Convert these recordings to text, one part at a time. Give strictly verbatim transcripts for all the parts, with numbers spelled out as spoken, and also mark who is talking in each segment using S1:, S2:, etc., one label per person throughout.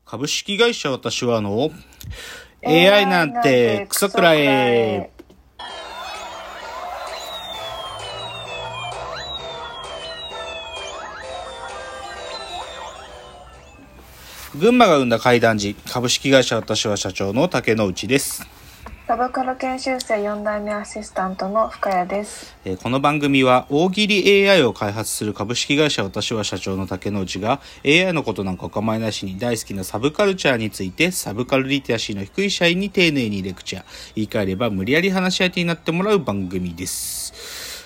S1: 株式会社私はの エーアイ なんてクソくらえ。群馬が生んだ怪談時、株式会社私は社長の竹之内です。
S2: サブカル研修生よん代目アシスタントの深谷です。
S1: えー、この番組は大喜利 エーアイ を開発する株式会社私は社長の竹之内が エーアイ のことなんかお構いなしに大好きなサブカルチャーについてサブカルリテラシーの低い社員に丁寧にレクチャー、言い換えれば無理やり話し相手になってもらう番組です。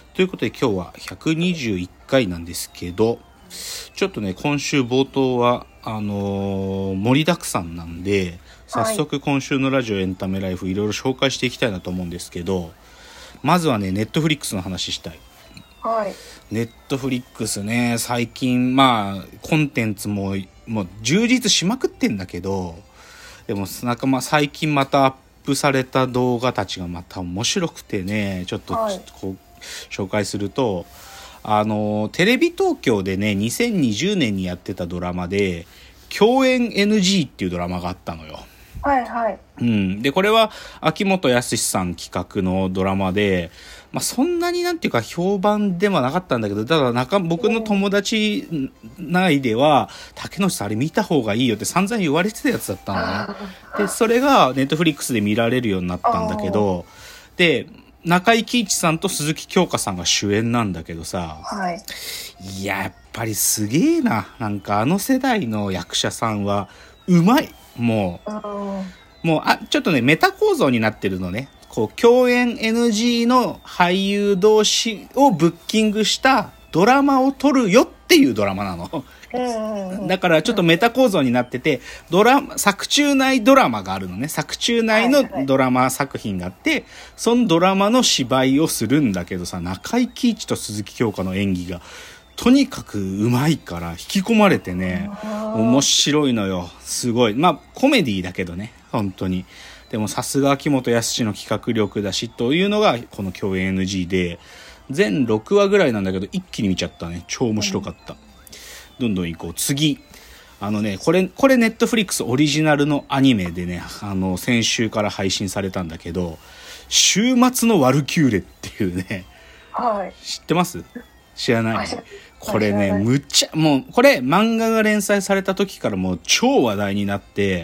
S1: ということで今日はひゃくにじゅういっかいなんですけど、ちょっとね今週冒頭はあのー、盛りだくさんなんで早速今週のラジオエンタメライフいろいろ紹介していきたいなと思うんですけど、まずはねネットフリックスの話したい。
S2: はい。
S1: ネットフリックスね、最近まあコンテンツももう充実しまくってんだけど、でもなんかまあ最近またアップされた動画たちがまた面白くてね、ちょっと、はい、こう紹介すると、あのテレビ東京でねにせんにじゅうねんにやってたドラマで共演 エヌジー っていうドラマがあったのよ。
S2: はいはい。
S1: うん。で、これは秋元康さん企画のドラマで、まあそんなになんていうか評判ではなかったんだけど、ただ中僕の友達内では、竹野内さんあれ見た方がいいよって散々言われてたやつだったのね。で、それがネットフリックスで見られるようになったんだけど、で、中井貴一さんと鈴木京香さんが主演なんだけどさ、
S2: はい、
S1: いや、やっぱりすげえな。なんかあの世代の役者さんはうまい。もう、もうあちょっとねメタ構造になってるのね。こう共演 エヌジー の俳優同士をブッキングしたドラマを撮るよっていうドラマなの。だからちょっとメタ構造になってて、ドラマ作中内ドラマがあるのね。作中内のドラマ作品があって、はいはい、そのドラマの芝居をするんだけどさ、中井貴一と鈴木京香の演技がとにかくうまいから引き込まれてね、面白いのよ。すごい。まあコメディだけどね、本当に。でもさすが秋元康の企画力だしというのがこの共演 エヌジー で、全ろくわぐらいなんだけど一気に見ちゃったね。超面白かった。どんどん行こう。次。あのね、これ、これネットフリックスオリジナルのアニメでね、あの、先週から配信されたんだけど、週末のワルキューレっていうね、
S2: はい。
S1: 知ってます？知らない？これね、むっちゃ、もう、これ漫画が連載された時からもう超話題になって、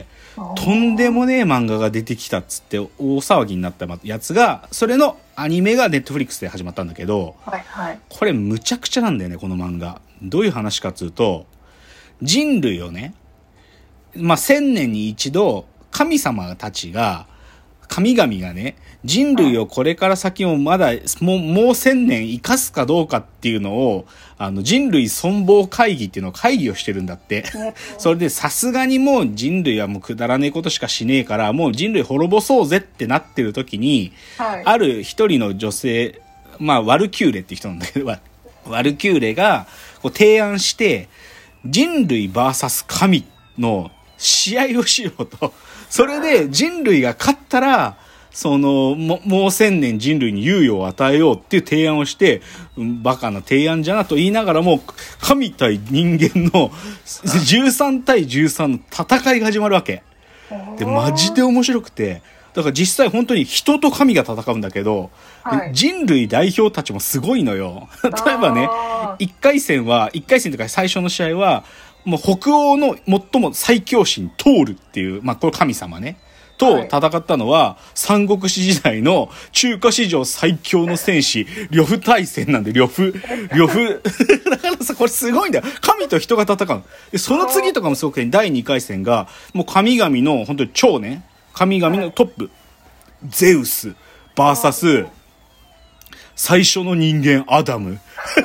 S1: とんでもねえ漫画が出てきたっつって大騒ぎになったやつが、それのアニメがネットフリックスで始まったんだけど、
S2: はいはい、
S1: これむちゃくちゃなんだよね、この漫画。どういう話かっつうと、人類をね、まあ、千年に一度神様たちが、神々がね、人類をこれから先もまだもう、もう千年生かすかどうかっていうのを、あの人類存亡会議っていうのを会議をしてるんだって。それでさすがにもう人類はもうくだらねえことしかしねえから、もう人類滅ぼそうぜってなってる時に、はい、ある一人の女性、まあワルキューレって人なんだけど、ワルキューレがこう提案して、人類 ブイエス 神の試合をしようと。それで人類が勝ったら、その、も, もう千年人類に猶予を与えようっていう提案をして、バカな提案じゃなと言いながらも、神対人間のじゅうさんたいじゅうさんの戦いが始まるわけ。で、マジで面白くて、だから実際本当に人と神が戦うんだけど、はい、人類代表たちもすごいのよ。例えばね、いっかい戦は、いっかい戦というか最初の試合は、もう北欧の最も最強神トールっていう、まあこれ神様ね。と戦ったのは、三国志時代の中華史上最強の戦士、呂布対戦なんで、呂布、呂布。だからさ、これすごいんだよ。神と人が戦う。で、その次とかもすごくて、だいにかい戦が、もう神々の、本当に超ね、神々のトップ、ゼウス、バーサス、最初の人間、アダム。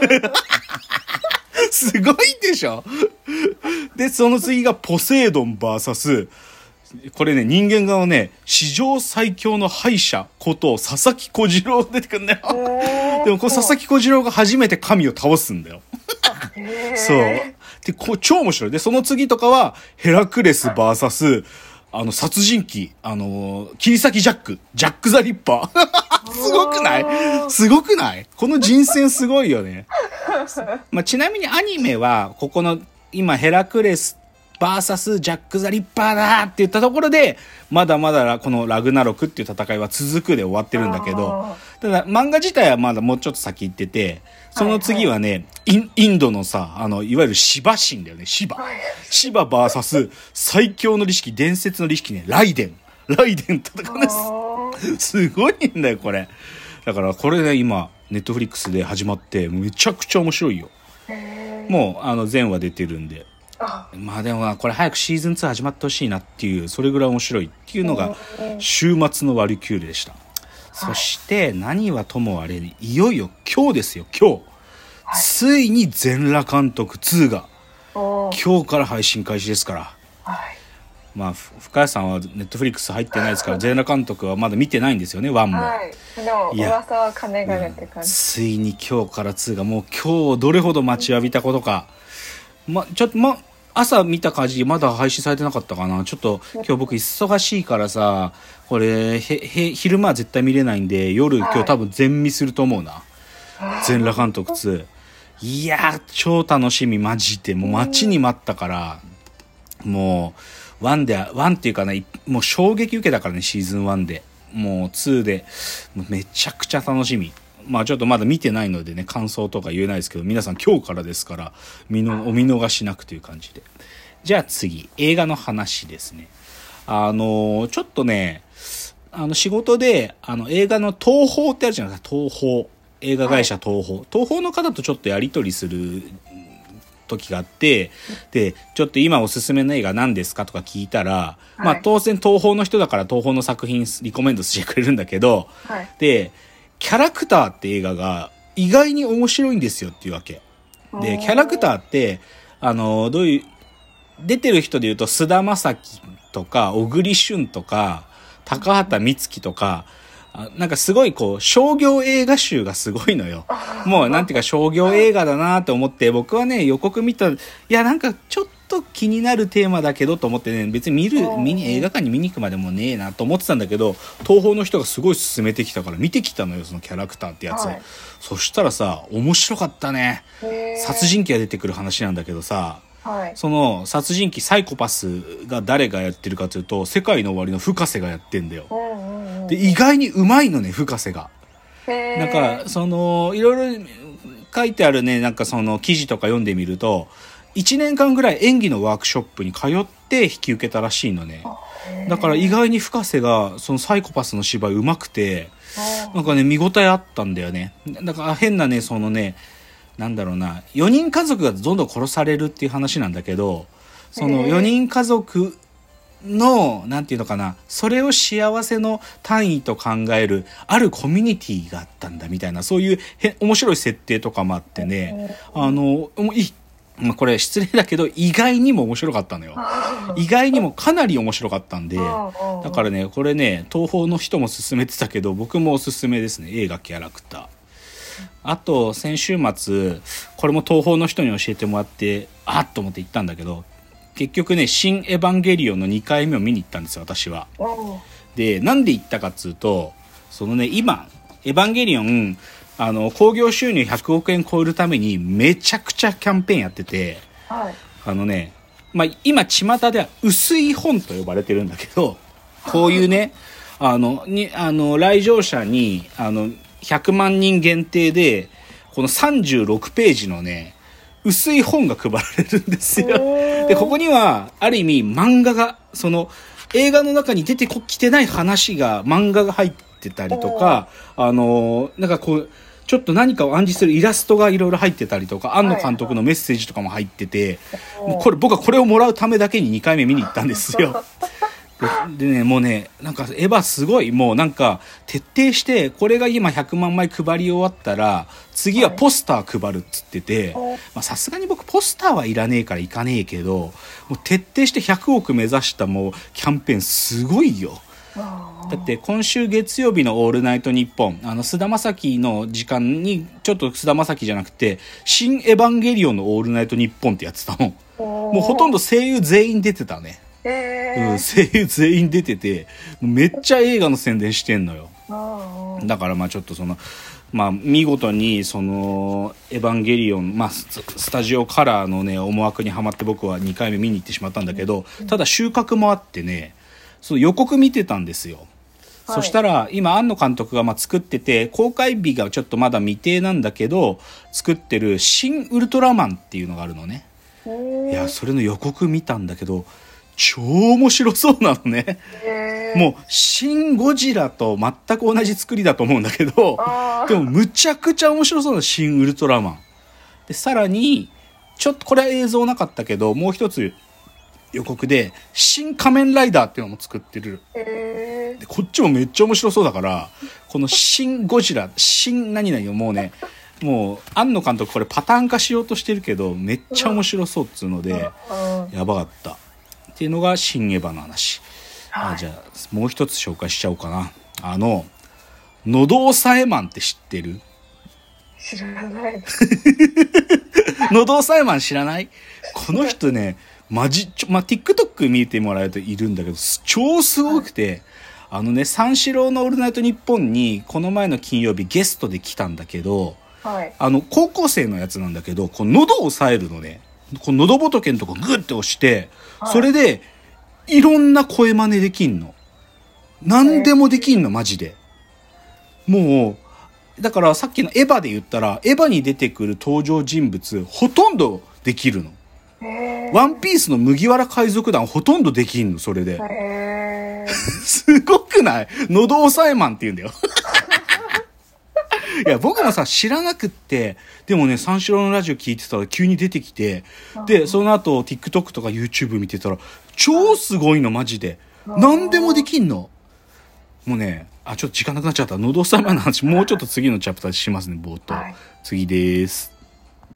S1: すごいでしょ？で、その次がポセイドン ブイエス、これね、人間側のね、史上最強の敗者こと佐々木小次郎出てくるんだよ。でもこの佐々木小次郎が初めて神を倒すんだよ。そう。で、こう超面白い。で、その次とかはヘラクレス ブイエス、あの、殺人鬼、あの、切り裂きジャック、ジャック・ザ・リッパー。すごくない？すごくない？この人選すごいよね。まあ、ちなみにアニメは、ここの、今ヘラクレスバーサスジャック・ザ・リッパーだって言ったところで、まだまだこのラグナロクっていう戦いは続くで終わってるんだけど、ただ漫画自体はまだもうちょっと先行ってて、その次はね、はいはい、イン、インドのさ、あの、いわゆるシバ神だよね、シバ。シババーサス最強の利式、伝説の利式ね、ライデン。ライデン戦うんです。すごいんだよ、これ。だからこれね、今、ネットフリックスで始まって、めちゃくちゃ面白いよ。もう、あの、全話出てるんで。あまあでもこれ早くシーズンツー始まってほしいなっていう、それぐらい面白いっていうのが週末のワルキューレでした。そして何はともあれ、いよいよ今日ですよ、今日、はい、ついに全裸監督ツーが今日から配信開始ですから、はい、まあ深谷さんはネットフリックス入ってないですから全裸監督はまだ見てないんですよね、ワンも、はい、
S2: でも噂は金が出って感じ、
S1: ついに今日からツーがもう今日どれほど待ちわびたことか。ま、ちょっとま朝見た感じまだ配信されてなかったかな。ちょっと今日僕忙しいからさ、これへへ昼間は絶対見れないんで、夜今日多分全見すると思うな、はい、全裸監督ツー。いやー超楽しみ、マジでもう待ちに待ったから、もうワンでワンっていうかね、もう衝撃受けたからね、シーズンワンで。もうツーでめちゃくちゃ楽しみ。まあちょっとまだ見てないのでね、感想とか言えないですけど、皆さん今日からですから見のお見逃しなくという感じで。じゃあ次、映画の話ですね。あのちょっとね、あの仕事であの映画の東宝ってあるじゃないですか。東宝映画会社東宝、はい、東宝の方とちょっとやり取りする時があって、でちょっと今おすすめの映画何ですかとか聞いたら、はい、まあ当然東宝の人だから東宝の作品リコメンドしてくれるんだけど、はい、でキャラクターって映画が意外に面白いんですよっていうわけで、キャラクターってあのどういう出てる人で言うと菅田将暉とか小栗旬とか高畑充希とか、なんかすごいこう商業映画集がすごいのよ。もうなんていうか商業映画だなと思って、僕はね予告見た、いやなんかちょっと気になるテーマだけどと思ってね、別に見る見に映画館に見に行くまでもねえなと思ってたんだけど、東宝の人がすごい勧めてきたから見てきたのよ、そのキャラクターってやつを、はい、そしたらさ面白かったね。殺人鬼が出てくる話なんだけどさ、はい、その殺人鬼サイコパスが誰がやってるかというと、世界の終わりの深瀬がやってんだよ。で意外にうまいのね、深瀬が。なんかそのいろいろ書いてあるね、なんかその記事とか読んでみると、いちねんかんぐらい演技のワークショップに通って引き受けたらしいのね。だから意外に深瀬がそのサイコパスの芝居うまくて、なんかね見応えあったんだよね。だから変なね、そのね、なんだろうな、よにん家族がどんどん殺されるっていう話なんだけど、そのよにん家族のなんていうのかな、それを幸せの単位と考えるあるコミュニティがあったんだみたいな、そういうへ面白い設定とかもあってね、あのいまあ、これ失礼だけど意外にも面白かったのよ。意外にもかなり面白かったんで、だからねこれね東宝の人も勧めてたけど、僕もおすすめですね、映画キャラクター。あと先週末これも東宝の人に教えてもらって、あっと思って行ったんだけど、結局ね新エヴァンゲリオンのにかいめを見に行ったんですよ、私は。でなんで行ったかっつうと、そのね今エヴァンゲリオンあの興行収入ひゃくおくえん超えるためにめちゃくちゃキャンペーンやってて、はい、あのね、まあ、今巷では薄い本と呼ばれてるんだけど、こういうねあのにあの来場者にあのひゃくまんにん限定でこのさんじゅうろくページのね薄い本が配られるんですよ。でここにはある意味漫画が、その映画の中に出てきてない話が漫画が入ってたりとか、あのなんかこうちょっと何かを暗示するイラストがいろいろ入ってたりとか、庵野監督のメッセージとかも入ってて、もうこれ僕はこれをもらうためだけににかいめ見に行ったんですよ。で, でねもうねなんかエヴァすごい、もうなんか徹底して、これが今ひゃくまんまい配り終わったら次はポスター配るっつってて、さすがに僕ポスターはいらねえから行かねえけど、もう徹底してひゃくおく目指したもうキャンペーンすごいよ。だって今週月曜日のオールナイトニッポン、あの菅田将暉の時間にちょっと菅田将暉じゃなくて新エヴァンゲリオンのオールナイトニッポンってやってたの。もうほとんど声優全員出てたね。うん、声優全員出ててめっちゃ映画の宣伝してんのよ。だからまあちょっとそのまあ見事にそのエヴァンゲリオン、まあススタジオカラーのね思惑にはまって僕はにかいめ見に行ってしまったんだけど、ただ収穫もあってね、その予告見てたんですよ。そしたら今庵野監督がまあ作ってて、公開日がちょっとまだ未定なんだけど作ってる新ウルトラマンっていうのがあるのね。いやそれの予告見たんだけど超面白そうなのね。もうシン・ゴジラと全く同じ作りだと思うんだけど、でもむちゃくちゃ面白そうなシン・ウルトラマンで、さらにちょっとこれは映像なかったけどもう一つ予告で新仮面ライダーっていうのも作ってる。でこっちもめっちゃ面白そうだから、この新ゴジラ新何々をもうね、もう庵野監督これパターン化しようとしてるけどめっちゃ面白そうっつうのでやばかったっていうのが新エヴァの話。あ、じゃあもう一つ紹介しちゃおうかな。あの喉押さえマンって知ってる？
S2: 知らない
S1: 喉押さえマン知らない？この人ねマジちょ、まあ、TikTok 見てもらえるといるんだけど超すごくて、あのね三四郎のオールナイトニッポンにこの前の金曜日ゲストで来たんだけど、はい、あの高校生のやつなんだけど、この喉を押さえるのね、この喉仏のとこグッて押して、はい、それでいろんな声真似できんの。何でもできんのマジで。もうだからさっきのエヴァで言ったらエヴァに出てくる登場人物ほとんどできるの。ワンピースの麦わら海賊団ほとんどできんのそれで。すごくない？喉押さえマンって言うんだよ。いや僕もさ知らなくって、でもね三四郎のラジオ聞いてたら急に出てきて、でその後 TikTok とか YouTube 見てたら超すごいのマジで。何でもできんの。もうね、あちょっと時間なくなっちゃった。喉押さえマンの話もうちょっと次のチャプターしますね冒頭。はい、次です。